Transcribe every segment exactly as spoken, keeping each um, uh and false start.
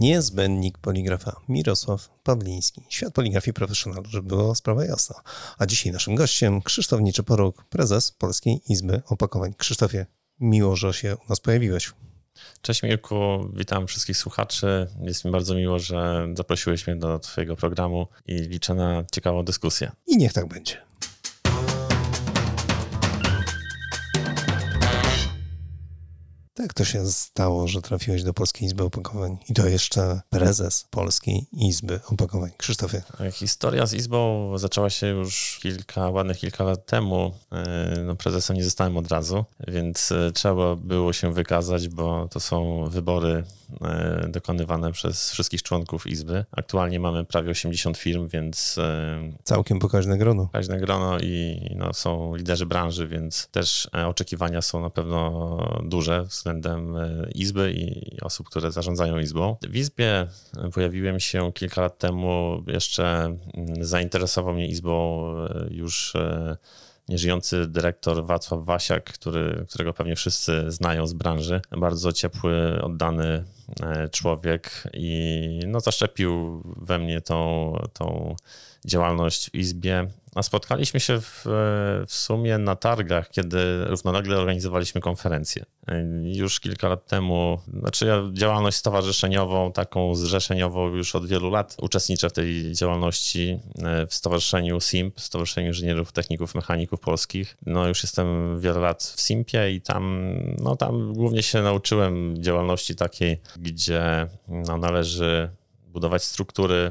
niezbędnik poligrafa Mirosław Pawliński. Świat poligrafii profesjonalnej, żeby była sprawa jasna. A dzisiaj naszym gościem Krzysztof Niczyporuk, prezes Polskiej Izby Opakowań. Krzysztofie, miło, że się u nas pojawiłeś. Cześć Mirku, witam wszystkich słuchaczy. Jest mi bardzo miło, że zaprosiłeś mnie do twojego programu i liczę na ciekawą dyskusję. I niech tak będzie. Jak to się stało, że trafiłeś do Polskiej Izby Opakowań i to jeszcze prezes Polskiej Izby Opakowań? Krzysztofie. Historia z Izbą zaczęła się już kilka, ładnych kilka lat temu. No, prezesem nie zostałem od razu, więc trzeba było się wykazać, bo to są wybory dokonywane przez wszystkich członków Izby. Aktualnie mamy prawie osiemdziesiąt firm, więc... Całkiem pokaźne grono. Pokaźne grono i no, są liderzy branży, więc też oczekiwania są na pewno duże względem Izby i osób, które zarządzają Izbą. W Izbie pojawiłem się kilka lat temu, jeszcze zainteresował mnie Izbą już nieżyjący dyrektor Wacław Wasiak, który, którego pewnie wszyscy znają z branży. Bardzo ciepły, oddany człowiek i no, zaszczepił we mnie tą, tą działalność w Izbie. A spotkaliśmy się w, w sumie na targach, kiedy równolegle organizowaliśmy konferencję. Już kilka lat temu, znaczy ja działalność stowarzyszeniową, taką zrzeszeniową już od wielu lat uczestniczę w tej działalności w Stowarzyszeniu S I M P, Stowarzyszeniu Inżynierów, Techników, Mechaników Polskich. No już jestem wiele lat w S I M P-ie i tam, no, tam głównie się nauczyłem działalności takiej, gdzie no, należy budować struktury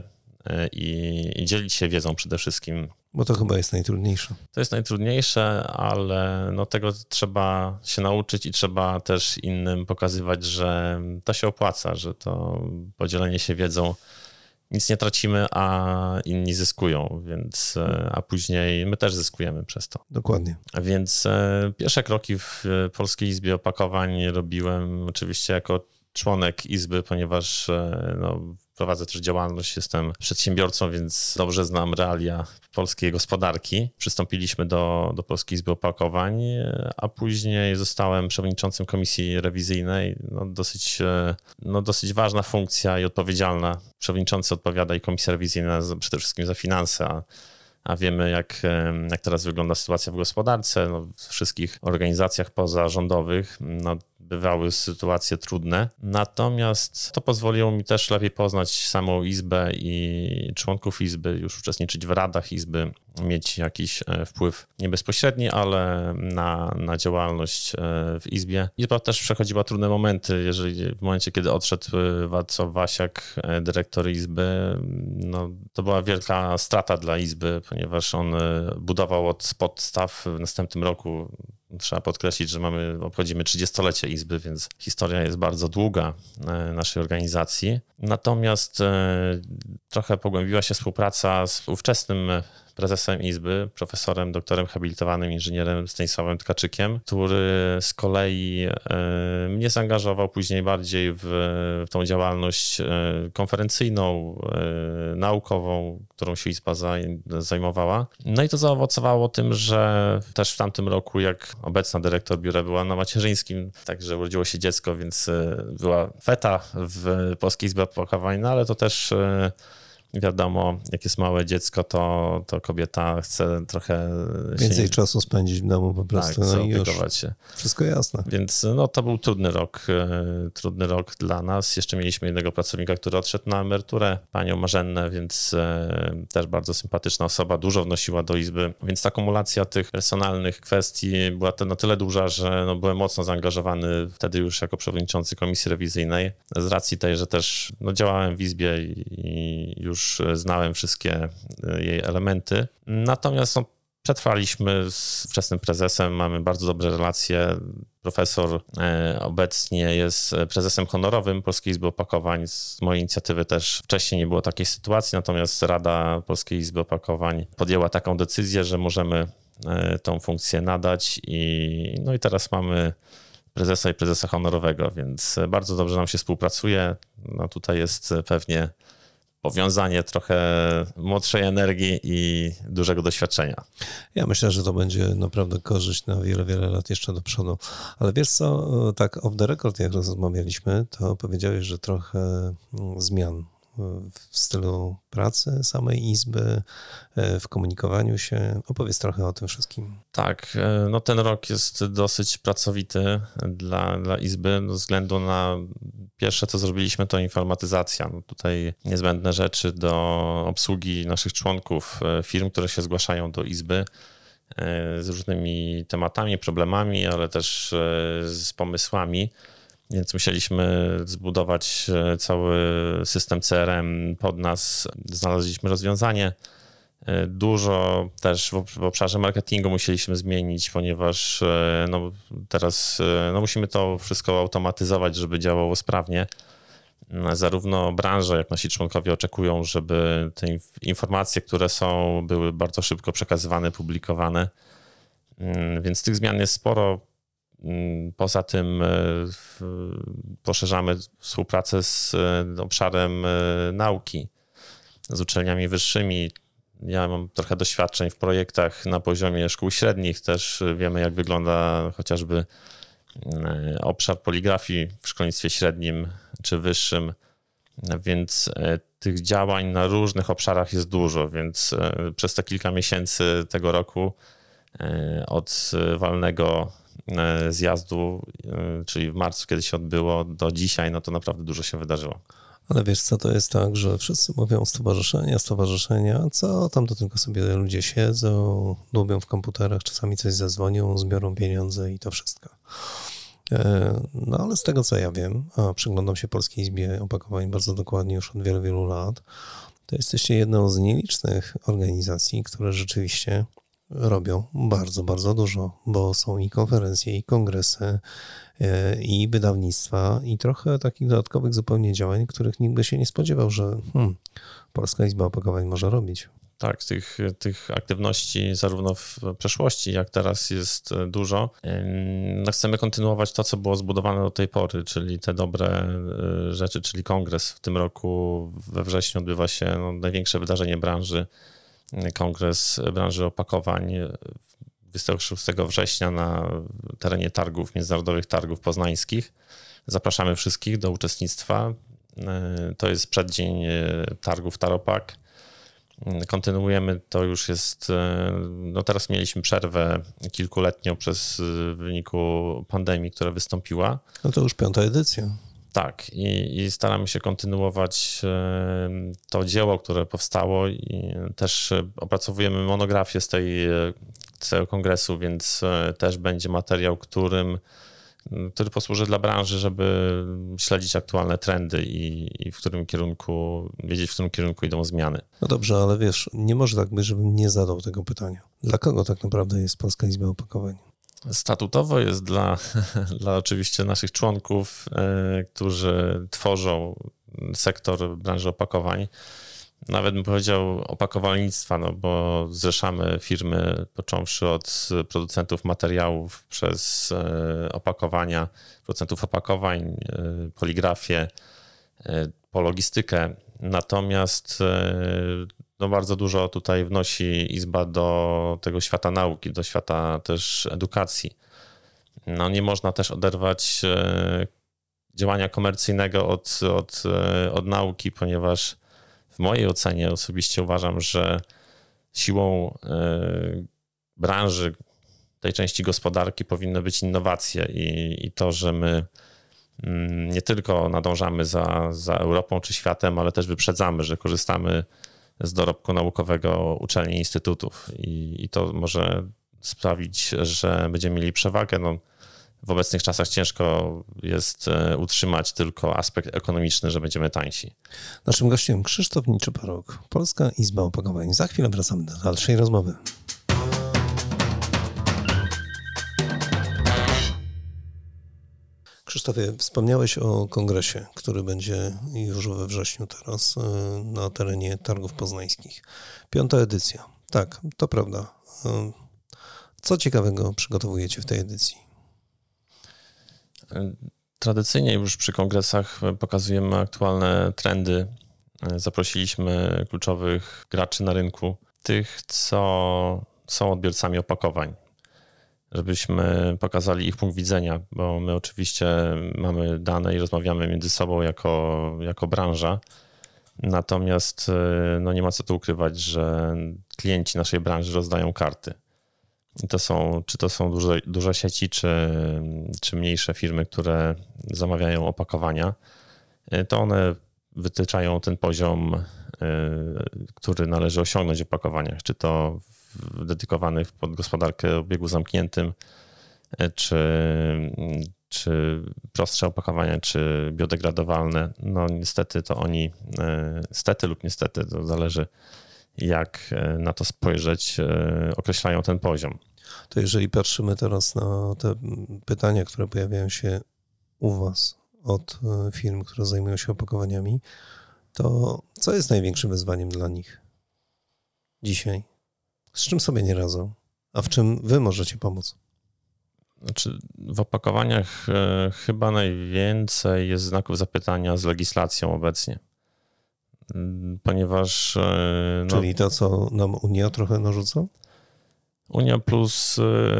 i, i dzielić się wiedzą przede wszystkim. Bo to chyba jest najtrudniejsze. To jest najtrudniejsze, ale no tego trzeba się nauczyć i trzeba też innym pokazywać, że to się opłaca, że to podzielenie się wiedzą nic nie tracimy, a inni zyskują, więc a później my też zyskujemy przez to. Dokładnie. Więc pierwsze kroki w Polskiej Izbie Opakowań robiłem oczywiście jako członek Izby, ponieważ no, prowadzę też działalność, jestem przedsiębiorcą, więc dobrze znam realia polskiej gospodarki. Przystąpiliśmy do, do Polskiej Izby Opakowań, a później zostałem przewodniczącym komisji rewizyjnej. No, dosyć, no, dosyć ważna funkcja i odpowiedzialna. Przewodniczący odpowiada i komisja rewizyjna przede wszystkim za finanse, a A wiemy, jak, jak teraz wygląda sytuacja w gospodarce. No, w wszystkich organizacjach pozarządowych no, bywały sytuacje trudne. Natomiast to pozwoliło mi też lepiej poznać samą Izbę i członków Izby, już uczestniczyć w radach Izby, mieć jakiś wpływ nie bezpośredni, ale na, na działalność w Izbie. Izba też przechodziła trudne momenty, jeżeli w momencie, kiedy odszedł Wacław Wasiak, dyrektor Izby, no, to była wielka strata dla Izby, ponieważ on budował od podstaw w następnym roku. Trzeba podkreślić, że mamy, obchodzimy trzydziestolecie Izby, więc historia jest bardzo długa naszej organizacji. Natomiast trochę pogłębiła się współpraca z ówczesnym prezesem Izby, profesorem, doktorem habilitowanym, inżynierem Stanisławem Tkaczykiem, który z kolei mnie zaangażował później bardziej w, w tą działalność konferencyjną, naukową, którą się Izba zajmowała. No i to zaowocowało tym, że też w tamtym roku, jak obecna dyrektor biura była na macierzyńskim, także urodziło się dziecko, więc była feta w Polskiej Izbie Opakowań, no ale to też wiadomo, jak jest małe dziecko, to, to kobieta chce trochę więcej się... czasu spędzić w domu po prostu. Tak, no i już się. Wszystko jasne. Więc no, to był trudny rok, trudny rok dla nas. Jeszcze mieliśmy jednego pracownika, który odszedł na emeryturę, panią Marzennę, więc też bardzo sympatyczna osoba, dużo wnosiła do Izby, więc ta kumulacja tych personalnych kwestii była na tyle duża, że no, byłem mocno zaangażowany wtedy już jako przewodniczący komisji rewizyjnej, z racji tej, że też no, działałem w Izbie i już znałem wszystkie jej elementy. Natomiast no, przetrwaliśmy z ówczesnym prezesem, mamy bardzo dobre relacje. Profesor e, obecnie jest prezesem honorowym Polskiej Izby Opakowań. Z mojej inicjatywy też wcześniej nie było takiej sytuacji, natomiast Rada Polskiej Izby Opakowań podjęła taką decyzję, że możemy e, tą funkcję nadać i, no i teraz mamy prezesa i prezesa honorowego, więc bardzo dobrze nam się współpracuje. No tutaj jest pewnie powiązanie trochę młodszej energii i dużego doświadczenia. Ja myślę, że to będzie naprawdę korzyść na wiele, wiele lat jeszcze do przodu. Ale wiesz co, tak off the record, jak rozmawialiśmy, to powiedziałeś, że trochę zmian w stylu pracy samej Izby, w komunikowaniu się. Opowiedz trochę o tym wszystkim. Tak, no ten rok jest dosyć pracowity dla, dla Izby, ze względu na pierwsze, co zrobiliśmy, to informatyzacja. No tutaj niezbędne rzeczy do obsługi naszych członków, firm, które się zgłaszają do Izby z różnymi tematami, problemami, ale też z pomysłami. Więc musieliśmy zbudować cały system C R M pod nas. Znaleźliśmy rozwiązanie. Dużo też w obszarze marketingu musieliśmy zmienić, ponieważ no, teraz no, musimy to wszystko automatyzować, żeby działało sprawnie. Zarówno branże, jak nasi członkowie oczekują, żeby te informacje, które są, były bardzo szybko przekazywane, publikowane. Więc tych zmian jest sporo. Poza tym poszerzamy współpracę z obszarem nauki, z uczelniami wyższymi. Ja mam trochę doświadczeń w projektach na poziomie szkół średnich. Też wiemy, jak wygląda chociażby obszar poligrafii w szkolnictwie średnim czy wyższym, więc tych działań na różnych obszarach jest dużo, więc przez te kilka miesięcy tego roku od walnego zjazdu, czyli w marcu, kiedy się odbyło, do dzisiaj, no to naprawdę dużo się wydarzyło. Ale wiesz co, to jest tak, że wszyscy mówią stowarzyszenia, stowarzyszenia, co tam to tylko sobie ludzie siedzą, lubią w komputerach, czasami coś zadzwonią, zbiorą pieniądze i to wszystko. No ale z tego, co ja wiem, a przyglądam się Polskiej Izbie Opakowań bardzo dokładnie już od wielu, wielu lat, to jesteście jedną z nielicznych organizacji, które rzeczywiście robią bardzo, bardzo dużo, bo są i konferencje, i kongresy, i wydawnictwa, i trochę takich dodatkowych zupełnie działań, których nikt by się nie spodziewał, że hmm, Polska Izba Opakowań może robić. Tak, tych, tych aktywności zarówno w przeszłości, jak teraz jest dużo. No, chcemy kontynuować to, co było zbudowane do tej pory, czyli te dobre rzeczy, czyli kongres. W tym roku we wrześniu odbywa się no, największe wydarzenie branży, kongres branży opakowań dwudziestego szóstego września na terenie targów, międzynarodowych targów poznańskich. Zapraszamy wszystkich do uczestnictwa. To jest przeddzień targów Taropak. Kontynuujemy, to już jest, no teraz mieliśmy przerwę kilkuletnią przez w wyniku pandemii, która wystąpiła. No to już piąta edycja. Tak, i, i staramy się kontynuować to dzieło, które powstało i też opracowujemy monografię z, tej, z tego kongresu, więc też będzie materiał, którym, który posłuży dla branży, żeby śledzić aktualne trendy i, i w którym kierunku, wiedzieć, w którym kierunku idą zmiany. No dobrze, ale wiesz, nie może tak być, żebym nie zadał tego pytania. Dla kogo tak naprawdę jest Polska Izba Opakowań? Statutowo jest dla, dla oczywiście naszych członków, y, którzy tworzą sektor branży opakowań. Nawet bym powiedział opakowalnictwa, no bo zrzeszamy firmy, począwszy od producentów materiałów przez y, opakowania, producentów opakowań, y, poligrafię, y, po logistykę. Natomiast y, no bardzo dużo tutaj wnosi Izba do tego świata nauki, do świata też edukacji. No nie można też oderwać działania komercyjnego od, od, od nauki, ponieważ w mojej ocenie osobiście uważam, że siłą branży, tej części gospodarki powinny być innowacje i, i to, że my nie tylko nadążamy za, za Europą czy światem, ale też wyprzedzamy, że korzystamy z dorobku naukowego uczelni i instytutów i, i to może sprawić, że będziemy mieli przewagę. No, w obecnych czasach ciężko jest utrzymać tylko aspekt ekonomiczny, że będziemy tańsi. Naszym gościem Krzysztof Niczyporuk, Polska Izba Opakowań. Za chwilę wracamy do dalszej rozmowy. Krzysztofie, wspomniałeś o kongresie, który będzie już we wrześniu teraz na terenie Targów Poznańskich. Piąta edycja. Tak, to prawda. Co ciekawego przygotowujecie w tej edycji? Tradycyjnie już przy kongresach pokazujemy aktualne trendy Zaprosiliśmy kluczowych graczy na rynku, tych, co są odbiorcami opakowań, żebyśmy pokazali ich punkt widzenia, bo my oczywiście mamy dane i rozmawiamy między sobą jako, jako branża. Natomiast no nie ma co tu ukrywać, że klienci naszej branży rozdają karty. I to są, czy to są duże, duże sieci, czy, czy mniejsze firmy, które zamawiają opakowania, to one wytyczają ten poziom, który należy osiągnąć w opakowaniach, czy to w dedykowanych pod gospodarkę o obiegu zamkniętym, czy, czy prostsze opakowania, czy biodegradowalne. No niestety to oni, stety lub niestety, to zależy jak na to spojrzeć, określają ten poziom. To jeżeli patrzymy teraz na te pytania, które pojawiają się u was od firm, które zajmują się opakowaniami, to co jest największym wyzwaniem dla nich dzisiaj? Z czym sobie nie radzą? A w czym wy możecie pomóc? Znaczy, w opakowaniach chyba najwięcej jest znaków zapytania z legislacją obecnie. Ponieważ... No, czyli to, co nam Unia trochę narzuca? Unia plus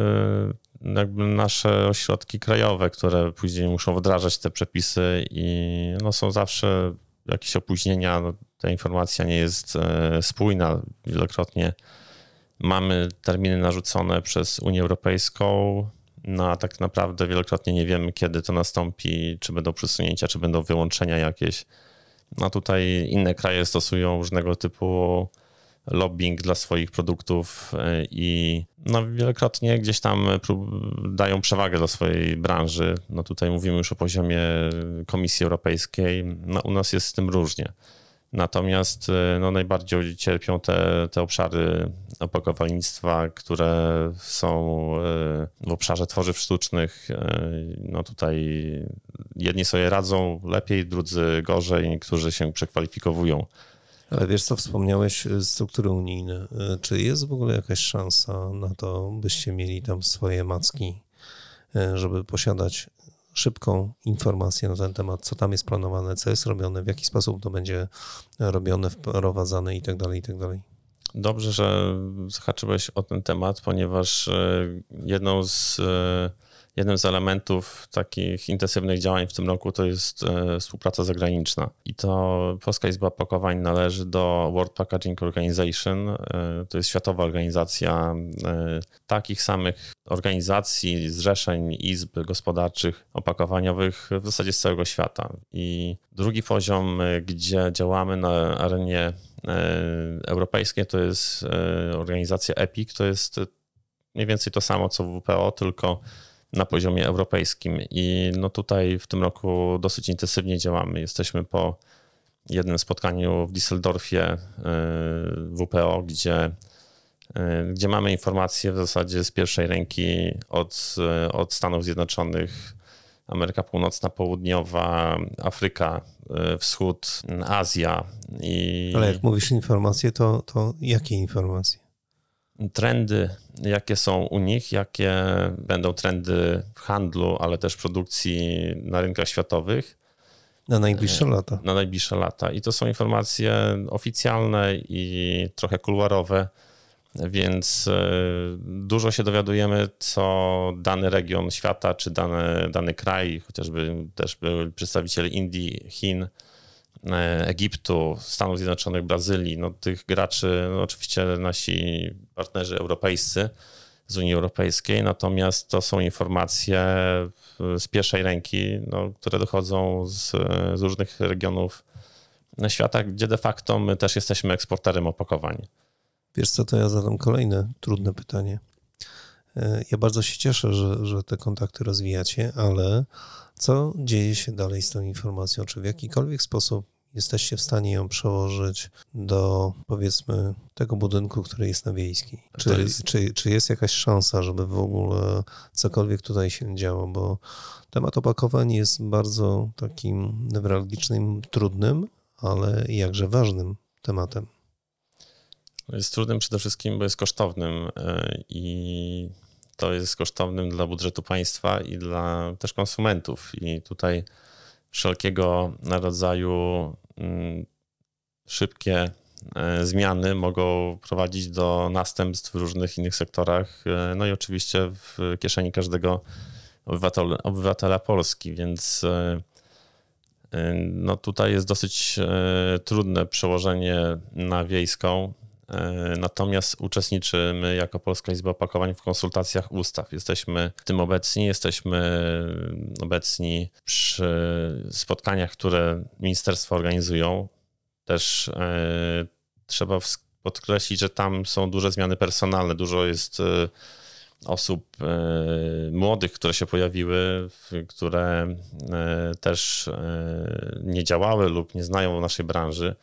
jakby nasze ośrodki krajowe, które później muszą wdrażać te przepisy i no są zawsze jakieś opóźnienia. No, ta informacja nie jest spójna. Wielokrotnie mamy terminy narzucone przez Unię Europejską, no a tak naprawdę wielokrotnie nie wiemy, kiedy to nastąpi, czy będą przesunięcia, czy będą wyłączenia jakieś. No tutaj inne kraje stosują różnego typu lobbying dla swoich produktów i no wielokrotnie gdzieś tam dają przewagę dla swojej branży. No tutaj mówimy już o poziomie Komisji Europejskiej. No u nas jest z tym różnie. Natomiast no, najbardziej cierpią te, te obszary opakowalnictwa, które są w obszarze tworzyw sztucznych. No tutaj jedni sobie radzą lepiej, drudzy gorzej, niektórzy się przekwalifikowują. Ale wiesz co, wspomniałeś struktury unijne. Czy jest w ogóle jakaś szansa na to, byście mieli tam swoje macki, żeby posiadać szybką informację na ten temat, co tam jest planowane, co jest robione, w jaki sposób to będzie robione, wprowadzane i tak dalej, i tak dalej? Dobrze, że zahaczyłeś o ten temat, ponieważ jedną z, jednym z elementów takich intensywnych działań w tym roku to jest współpraca zagraniczna. I to Polska Izba Opakowań należy do World Packaging Organization. To jest światowa organizacja takich samych organizacji, zrzeszeń, izb gospodarczych, opakowaniowych w zasadzie z całego świata. I drugi poziom, gdzie działamy na arenie europejskiej, to jest organizacja EPIC. To jest mniej więcej to samo co W P O, tylko na poziomie europejskim. I no tutaj w tym roku dosyć intensywnie działamy. Jesteśmy po jednym spotkaniu w Düsseldorfie W P O, gdzie, gdzie mamy informacje w zasadzie z pierwszej ręki od, od Stanów Zjednoczonych, Ameryka Północna, Południowa, Afryka, Wschód, Azja. I ale jak mówisz informacje, to, to jakie informacje? Trendy, jakie są u nich, jakie będą trendy w handlu, ale też w produkcji na rynkach światowych. Na najbliższe lata. Na najbliższe lata. I to są informacje oficjalne i trochę kuluarowe, więc dużo się dowiadujemy, co dany region świata, czy dany, dany kraj, chociażby też były przedstawiciele Indii, Chin, Egiptu, Stanów Zjednoczonych, Brazylii, no tych graczy, no oczywiście nasi partnerzy europejscy z Unii Europejskiej, natomiast to są informacje z pierwszej ręki, no, które dochodzą z, z różnych regionów świata, gdzie de facto my też jesteśmy eksporterem opakowań. Wiesz co, to ja zadam kolejne trudne pytanie. Ja bardzo się cieszę, że, że te kontakty rozwijacie, ale co dzieje się dalej z tą informacją? Czy w jakikolwiek sposób jesteście w stanie ją przełożyć do, powiedzmy, tego budynku, który jest na Wiejskiej? Czy jest... Czy, czy jest jakaś szansa, żeby w ogóle cokolwiek tutaj się działo? Bo temat opakowań jest bardzo takim newralgicznym, trudnym, ale jakże ważnym tematem. Jest trudnym przede wszystkim, bo jest kosztownym i to jest kosztownym dla budżetu państwa i dla też konsumentów. I tutaj wszelkiego rodzaju szybkie zmiany mogą prowadzić do następstw w różnych innych sektorach, no i oczywiście w kieszeni każdego obywatela, obywatela Polski, więc no tutaj jest dosyć trudne przełożenie na wiejską, natomiast uczestniczymy jako Polska Izba Opakowań w konsultacjach ustaw. Jesteśmy w tym obecni, jesteśmy obecni przy spotkaniach, które ministerstwa organizują. Też e, trzeba podkreślić, że tam są duże zmiany personalne, dużo jest e, osób e, młodych, które się pojawiły, które e, też e, nie działały lub nie znają naszej branży,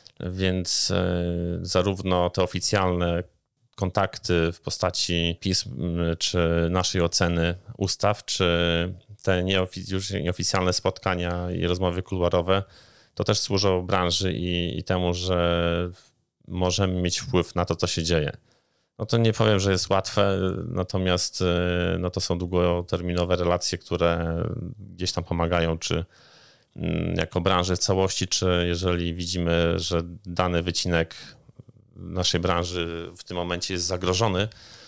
więc e, zarówno te oficjalne kontakty w postaci pism czy naszej oceny ustaw, czy te nieofic- już nieoficjalne spotkania i rozmowy kuluarowe, to też służą branży i, i temu, że możemy mieć wpływ na to, co się dzieje. No to nie powiem, że jest łatwe, natomiast no to są długoterminowe relacje, które gdzieś tam pomagają, czy jako branży w całości, czy jeżeli widzimy, że dany wycinek naszej branży w tym momencie jest zagrożony,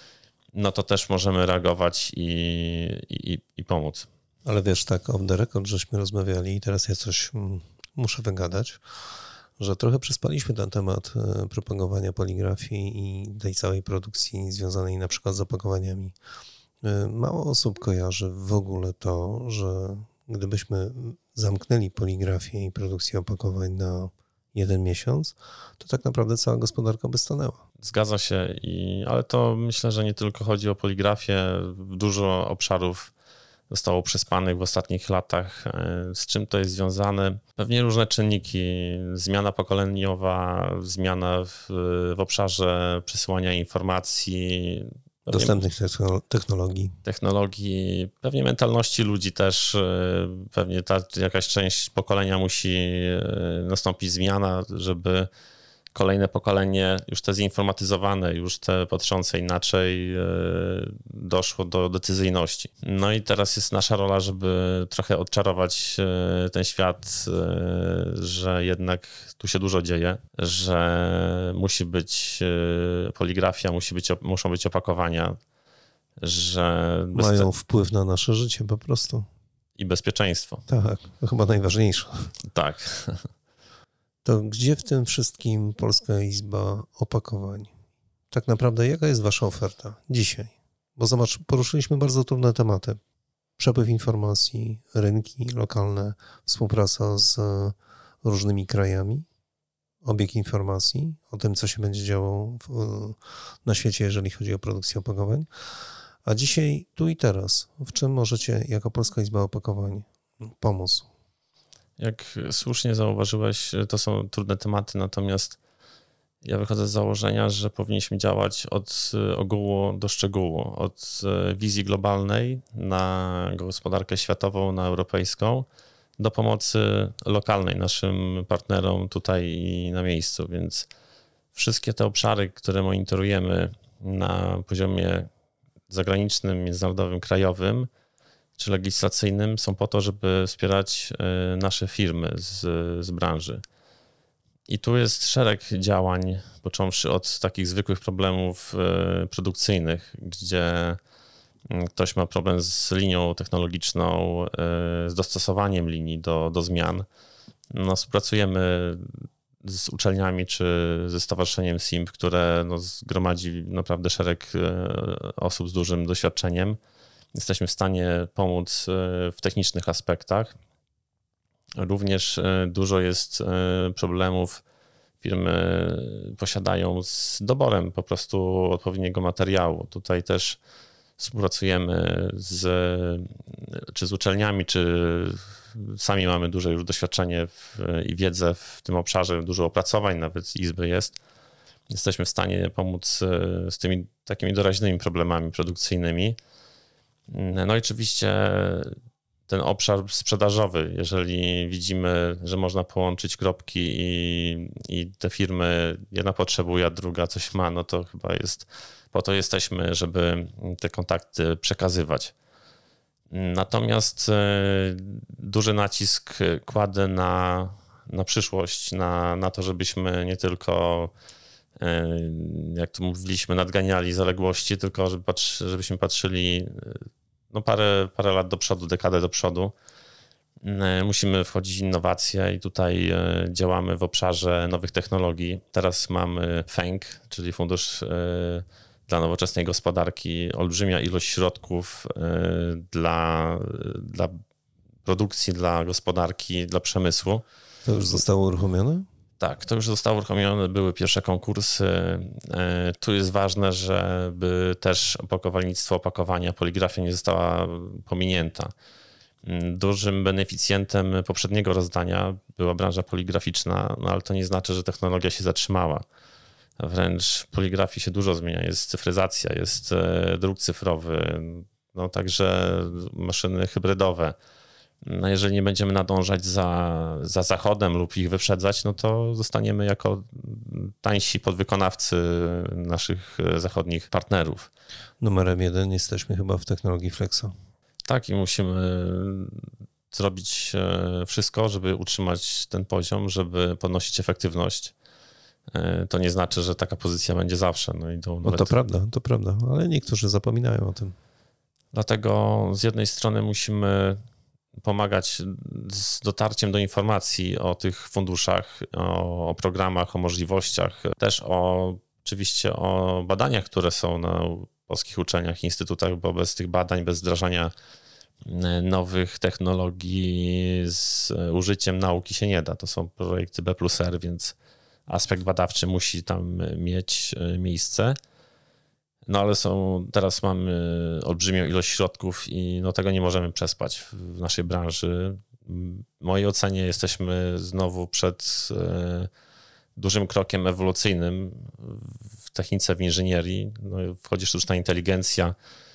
no to też możemy reagować i, i, i pomóc. Ale wiesz, tak off the record żeśmy rozmawiali i teraz ja coś muszę wygadać, że trochę przespaliśmy ten temat propagowania poligrafii i tej całej produkcji związanej na przykład z opakowaniami. Mało osób kojarzy w ogóle to, że gdybyśmy zamknęli poligrafię i produkcję opakowań na jeden miesiąc, to tak naprawdę cała gospodarka by stanęła. Zgadza się, i, ale to myślę, że nie tylko chodzi o poligrafię. Dużo obszarów zostało przespanych w ostatnich latach. Z czym to jest związane? Pewnie różne czynniki. Zmiana pokoleniowa, zmiana w, w obszarze przesyłania informacji. Dostępnych technologii. Technologii, pewnie mentalności ludzi też. Pewnie ta jakaś część pokolenia musi nastąpić zmiana, żeby kolejne pokolenie, już te zinformatyzowane, już te patrzące inaczej, doszło do decyzyjności. No i teraz jest nasza rola, żeby trochę odczarować ten świat, że jednak tu się dużo dzieje, że musi być poligrafia, musi być, muszą być opakowania, że... Mają wpływ na nasze życie po prostu. I bezpieczeństwo. Tak, to chyba najważniejsze. Tak. To gdzie w tym wszystkim Polska Izba Opakowań? Tak naprawdę jaka jest wasza oferta dzisiaj? Bo zobacz, poruszyliśmy bardzo trudne tematy. Przepływ informacji, rynki lokalne, współpraca z różnymi krajami, obieg informacji o tym, co się będzie działo w, na świecie, jeżeli chodzi o produkcję opakowań. A dzisiaj, tu i teraz, w czym możecie jako Polska Izba Opakowań pomóc? Jak słusznie zauważyłeś, to są trudne tematy, natomiast ja wychodzę z założenia, że powinniśmy działać od ogółu do szczegółu, od wizji globalnej na gospodarkę światową, na europejską, do pomocy lokalnej naszym partnerom tutaj i na miejscu, więc wszystkie te obszary, które monitorujemy na poziomie zagranicznym, międzynarodowym, krajowym czy legislacyjnym, są po to, żeby wspierać nasze firmy z, z branży. I tu jest szereg działań, począwszy od takich zwykłych problemów produkcyjnych, gdzie ktoś ma problem z linią technologiczną, z dostosowaniem linii do, do zmian. No, współpracujemy z uczelniami czy ze stowarzyszeniem S I M P, które no, zgromadzi naprawdę szereg osób z dużym doświadczeniem. Jesteśmy w stanie pomóc w technicznych aspektach. Również dużo jest problemów, firmy posiadają z doborem po prostu odpowiedniego materiału. Tutaj też współpracujemy z, czy z uczelniami, czy sami mamy duże już doświadczenie w, i wiedzę w tym obszarze, dużo opracowań, nawet z Izby jest. Jesteśmy w stanie pomóc z tymi takimi doraźnymi problemami produkcyjnymi. No i oczywiście ten obszar sprzedażowy, jeżeli widzimy, że można połączyć kropki i, i te firmy, jedna potrzebuje, a druga coś ma, no to chyba jest, po to jesteśmy, żeby te kontakty przekazywać. Natomiast duży nacisk kładę na na przyszłość, na, na to, żebyśmy nie tylko, jak tu mówiliśmy, nadganiali zaległości, tylko żeby patrzy, żebyśmy patrzyli no parę, parę lat do przodu, dekadę do przodu. Musimy wchodzić w innowacje i tutaj działamy w obszarze nowych technologii. Teraz mamy FENG, czyli Fundusz dla Nowoczesnej Gospodarki, olbrzymia ilość środków dla, dla produkcji, dla gospodarki, dla przemysłu. To już zostało uruchomione? Tak, to już zostało uruchomione, były pierwsze konkursy. Tu jest ważne, żeby też opakowalnictwo, opakowania, poligrafia nie została pominięta. Dużym beneficjentem poprzedniego rozdania była branża poligraficzna, no ale to nie znaczy, że technologia się zatrzymała. Wręcz w poligrafii się dużo zmienia, jest cyfryzacja, jest druk cyfrowy, no także maszyny hybrydowe. No jeżeli nie będziemy nadążać za, za Zachodem lub ich wyprzedzać, no to zostaniemy jako tańsi podwykonawcy naszych zachodnich partnerów. Numerem jeden jesteśmy chyba w technologii Flexo. Tak, i musimy zrobić wszystko, żeby utrzymać ten poziom, żeby podnosić efektywność. To nie znaczy, że taka pozycja będzie zawsze. No, i to, no to prawda, to prawda, ale niektórzy zapominają o tym. Dlatego z jednej strony musimy pomagać z dotarciem do informacji o tych funduszach, o, o programach, o możliwościach, też o, oczywiście o badaniach, które są na polskich uczelniach, instytutach, bo bez tych badań, bez wdrażania nowych technologii z użyciem nauki się nie da. To są projekty B plus R, więc aspekt badawczy musi tam mieć miejsce. No ale są, teraz mamy olbrzymią ilość środków i no tego nie możemy przespać w naszej branży. W mojej ocenie jesteśmy znowu przed dużym krokiem ewolucyjnym w technice, w inżynierii. No, wchodzi sztuczna inteligencja,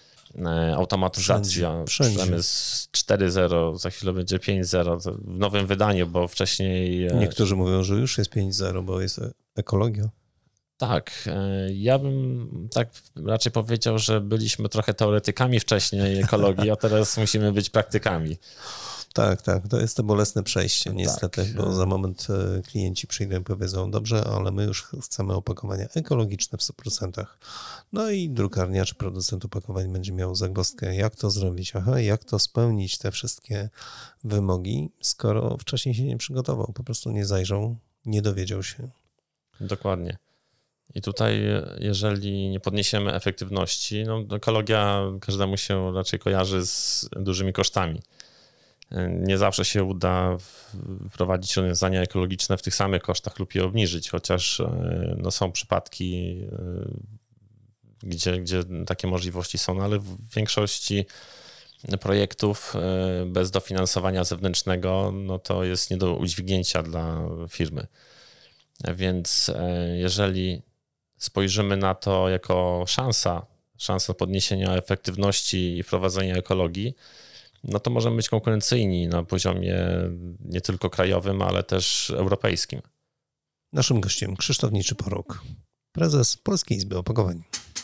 automatyzacja, przemysł cztery zero, za chwilę będzie pięć zero w nowym wydaniu, bo wcześniej... Niektórzy mówią, że już jest pięć zero, bo jest ekologia. Tak, ja bym tak raczej powiedział, że byliśmy trochę teoretykami wcześniej ekologii, a teraz musimy być praktykami. Tak, tak, to jest to bolesne przejście niestety, tak. Bo za moment klienci przyjdą i powiedzą, dobrze, ale my już chcemy opakowania ekologiczne w stu procentach. No i drukarnia czy producent opakowań będzie miał zagwozdkę, jak to zrobić, aha, jak to spełnić te wszystkie wymogi, skoro wcześniej się nie przygotował, po prostu nie zajrzał, nie dowiedział się. Dokładnie. I tutaj, jeżeli nie podniesiemy efektywności, no ekologia każdemu się raczej kojarzy z dużymi kosztami. Nie zawsze się uda wprowadzić rozwiązania ekologiczne w tych samych kosztach lub je obniżyć, chociaż no, są przypadki, gdzie, gdzie takie możliwości są, no, ale w większości projektów bez dofinansowania zewnętrznego no, to jest nie do udźwignięcia dla firmy. Więc jeżeli spojrzymy na to jako szansa, szansa podniesienia efektywności i wprowadzenia ekologii, no to możemy być konkurencyjni na poziomie nie tylko krajowym, ale też europejskim. Naszym gościem Krzysztof Niczyporuk, prezes Polskiej Izby Opakowań.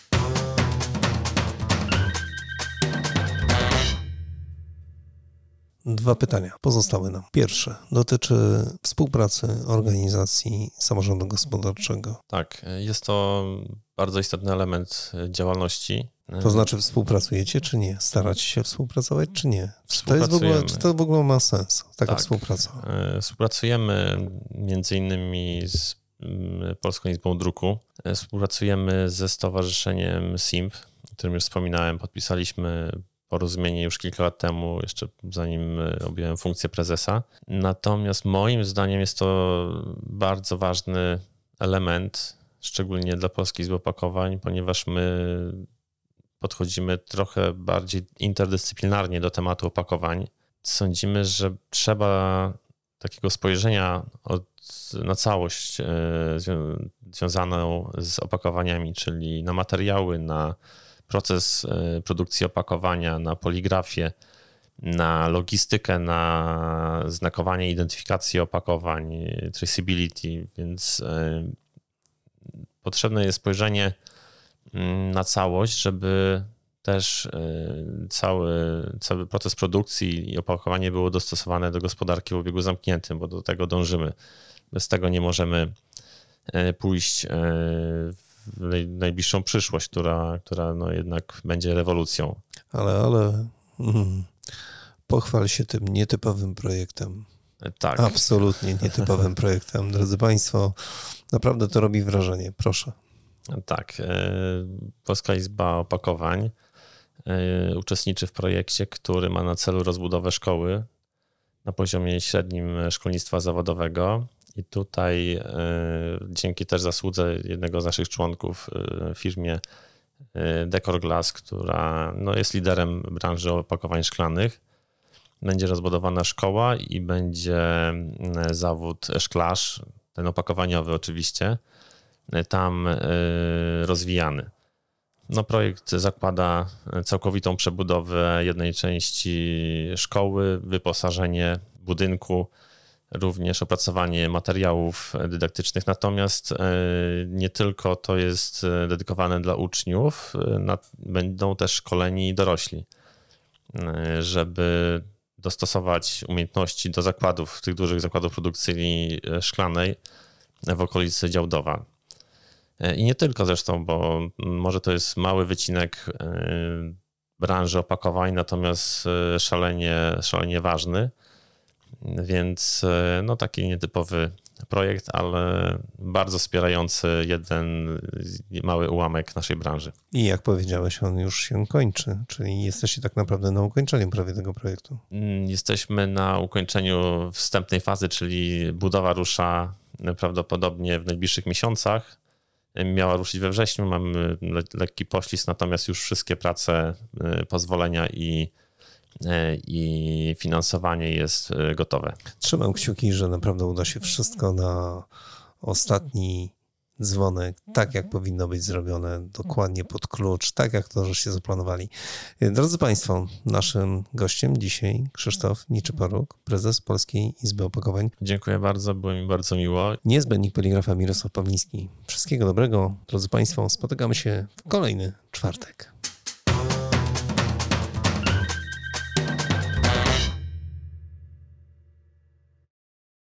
Dwa pytania pozostały nam. Pierwsze dotyczy współpracy organizacji samorządu gospodarczego. Tak, jest to bardzo istotny element działalności. To znaczy współpracujecie czy nie? Staracie się współpracować czy nie? Czy to, jest w ogóle, czy to w ogóle ma sens, taka tak, współpraca? Współpracujemy między innymi z Polską Izbą Druku. Współpracujemy ze Stowarzyszeniem S I M P, o którym już wspominałem. Podpisaliśmy porozumienie już kilka lat temu, jeszcze zanim objąłem funkcję prezesa. Natomiast moim zdaniem jest to bardzo ważny element, szczególnie dla Polskiej Izby Opakowań, ponieważ my podchodzimy trochę bardziej interdyscyplinarnie do tematu opakowań. Sądzimy, że trzeba takiego spojrzenia od, na całość e, związaną z opakowaniami, czyli na materiały, na proces produkcji opakowania, na poligrafię, na logistykę, na znakowanie, identyfikację opakowań, traceability, więc potrzebne jest spojrzenie na całość, żeby też cały, cały proces produkcji i opakowanie było dostosowane do gospodarki o obiegu zamkniętym, bo do tego dążymy. Bez tego nie możemy pójść w najbliższą przyszłość, która, która no jednak będzie rewolucją. Ale, ale mm, pochwal się tym nietypowym projektem. Tak. Absolutnie nietypowym projektem. Drodzy Państwo, naprawdę to robi wrażenie. Proszę. Tak. Polska Izba Opakowań uczestniczy w projekcie, który ma na celu rozbudowę szkoły na poziomie średnim szkolnictwa zawodowego. I tutaj y, dzięki też zasłudze jednego z naszych członków w firmie y, Decor Glass, która no, jest liderem branży opakowań szklanych, będzie rozbudowana szkoła i będzie zawód szklarz, ten opakowaniowy oczywiście, tam y, rozwijany. No, projekt zakłada całkowitą przebudowę jednej części szkoły, wyposażenie budynku, również opracowanie materiałów dydaktycznych, natomiast nie tylko to jest dedykowane dla uczniów, będą też szkoleni dorośli, żeby dostosować umiejętności do zakładów, tych dużych zakładów produkcji szklanej w okolicy Działdowa. I nie tylko zresztą, bo może to jest mały wycinek branży opakowań, natomiast szalenie, szalenie ważny. Więc no taki nietypowy projekt, ale bardzo wspierający jeden mały ułamek naszej branży. I jak powiedziałeś, on już się kończy, czyli jesteście tak naprawdę na ukończeniu prawie tego projektu. Jesteśmy na ukończeniu wstępnej fazy, czyli budowa rusza prawdopodobnie w najbliższych miesiącach. Miała ruszyć we wrześniu, mamy le- lekki poślizg, natomiast już wszystkie prace, pozwolenia i i finansowanie jest gotowe. Trzymam kciuki, że naprawdę uda się wszystko na ostatni dzwonek, tak jak powinno być zrobione, dokładnie pod klucz, tak jak to, żeście zaplanowali. Drodzy Państwo, naszym gościem dzisiaj Krzysztof Niczyporuk, prezes Polskiej Izby Opakowań. Dziękuję bardzo, było mi bardzo miło. Niezbędnik poligrafa Mirosław Pawliński. Wszystkiego dobrego, drodzy Państwo, spotykamy się w kolejny czwartek.